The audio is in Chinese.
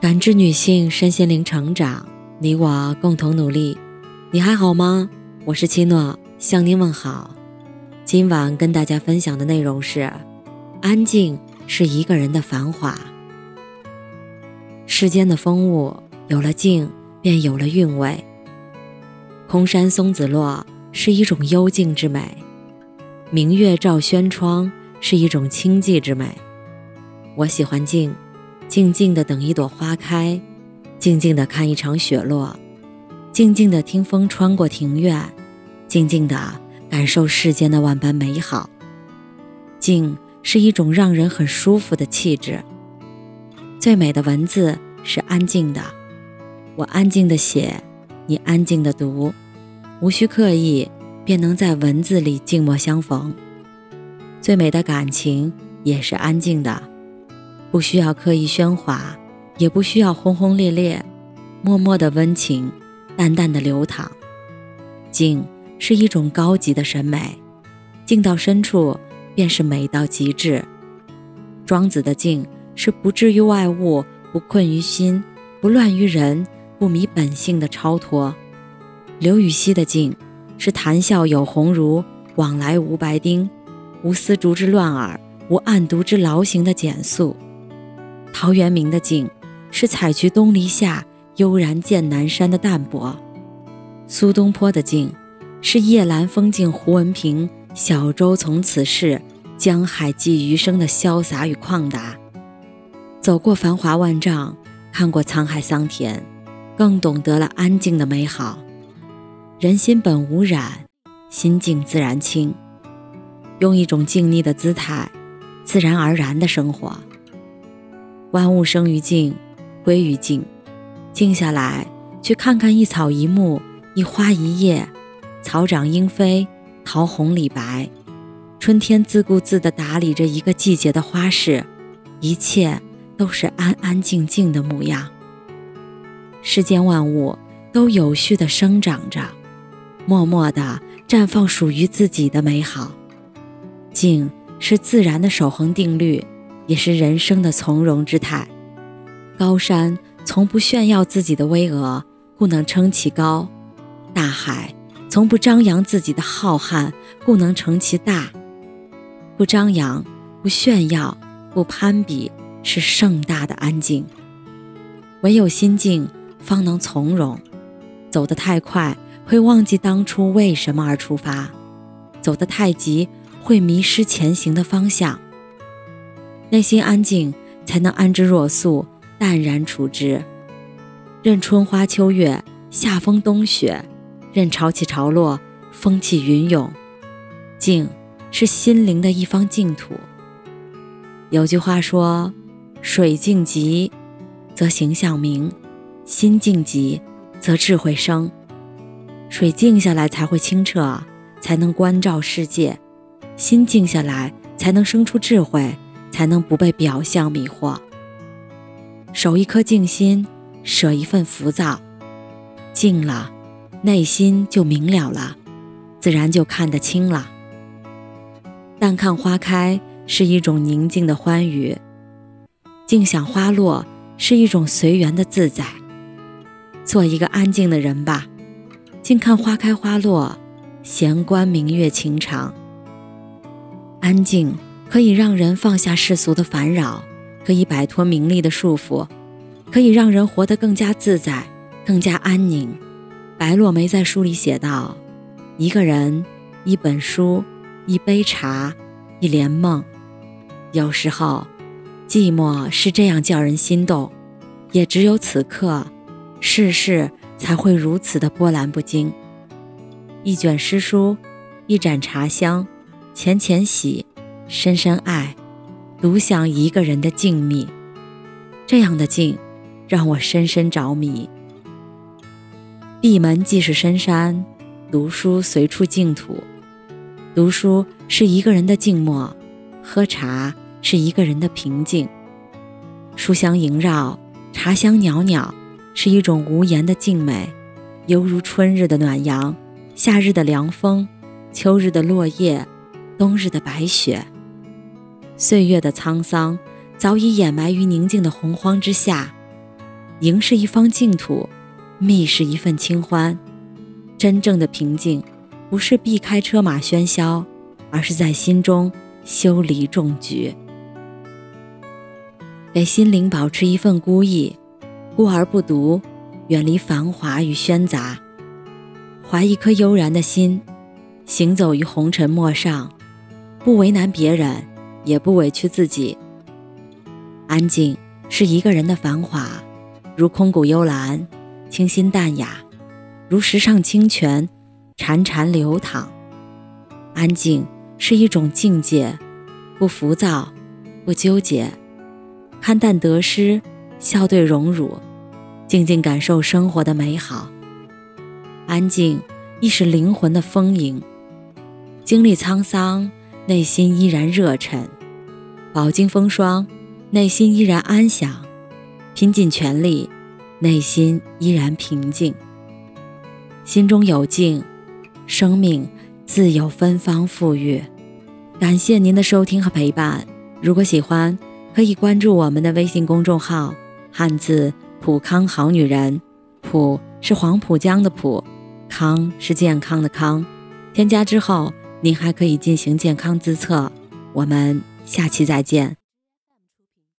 感知女性身心灵成长，你我共同努力。你还好吗？我是七诺，向您问好。今晚跟大家分享的内容是：安静是一个人的繁华。世间的风物，有了静，便有了韵味。空山松子落是一种幽静之美，明月照轩窗是一种清寂之美。我喜欢静，静静地等一朵花开，静静地看一场雪落，静静地听风穿过庭院，静静地感受世间的万般美好。静是一种让人很舒服的气质。最美的文字是安静的，我安静地写，你安静地读，无需刻意，便能在文字里静默相逢。最美的感情也是安静的，不需要刻意喧哗，也不需要轰轰烈烈，默默的温情，淡淡的流淌。静是一种高级的审美，静到深处便是美到极致。庄子的静是不至于外物，不困于心，不乱于人，不迷本性的超脱。刘禹锡的静是谈笑有鸿儒，往来无白丁，无丝竹之乱耳，无案牍之劳形的简素。陶渊明的静是采菊东篱下，悠然见南山的淡泊。苏东坡的静是夜阑风静胡文平，小舟从此逝，江海寄余生的潇洒与旷达。走过繁华万丈，看过沧海桑田，更懂得了安静的美好。人心本无染，心静自然清。用一种静谧的姿态，自然而然的生活。万物生于静，归于静。静下来，去看看一草一木，一花一叶，草长莺飞，桃红李白。春天自顾自地打理着一个季节的花事，一切都是安安静静的模样。世间万物都有序地生长着，默默地绽放属于自己的美好。静是自然的守恒定律，也是人生的从容之态。高山从不炫耀自己的巍峨，故能称其高；大海从不张扬自己的浩瀚，故能成其大。不张扬，不炫耀，不攀比，是盛大的安静。唯有心静，方能从容。走得太快，会忘记当初为什么而出发；走得太急，会迷失前行的方向。内心安静，才能安之若素，淡然处之。任春花秋月，夏风冬雪，任潮起潮落，风起云涌。静是心灵的一方净土。有句话说，水静极，则形象明；心静极，则智慧生。水静下来才会清澈，才能关照世界；心静下来才能生出智慧，才能不被表象迷惑。守一颗静心，舍一份浮躁。静了，内心就明了了，自然就看得清了。淡看花开是一种宁静的欢愉，静享花落是一种随缘的自在。做一个安静的人吧，静看花开花落，闲观明月情长。安静可以让人放下世俗的烦扰，可以摆脱名利的束缚，可以让人活得更加自在，更加安宁。白落梅在书里写道，一个人，一本书，一杯茶，一帘梦。有时候寂寞是这样叫人心动，也只有此刻，世事才会如此的波澜不惊。一卷诗书，一盏茶香，浅浅喜，深深爱，独享一个人的静谧。这样的静让我深深着迷。闭门即是深山，读书随处净土。读书是一个人的静默，喝茶是一个人的平静。书香萦绕，茶香袅袅，是一种无言的静美，犹如春日的暖阳，夏日的凉风，秋日的落叶，冬日的白雪。岁月的沧桑早已掩埋于宁静的洪荒之下， 营是一方净土，觅是一份清欢。真正的平静，不是避开车马喧嚣，而是在心中修篱种菊。给心灵保持一份孤意，孤而不独，远离繁华与喧杂，怀一颗悠然的心，行走于红尘陌上，不为难别人，也不委屈自己。安静是一个人的繁华，如空谷幽兰，清新淡雅，如石上清泉，潺潺流淌。安静是一种境界，不浮躁，不纠结，看淡得失，笑对荣辱，静静感受生活的美好。安静亦是灵魂的丰盈，经历沧桑，内心依然热忱，饱经风霜，内心依然安详，拼尽全力，内心依然平静。心中有静，生命自有芬芳馥郁。感谢您的收听和陪伴，如果喜欢，可以关注我们的微信公众号汉字普康好女人，普是黄浦江的浦，康是健康的康。添加之后，您还可以进行健康自测。我们下期再见。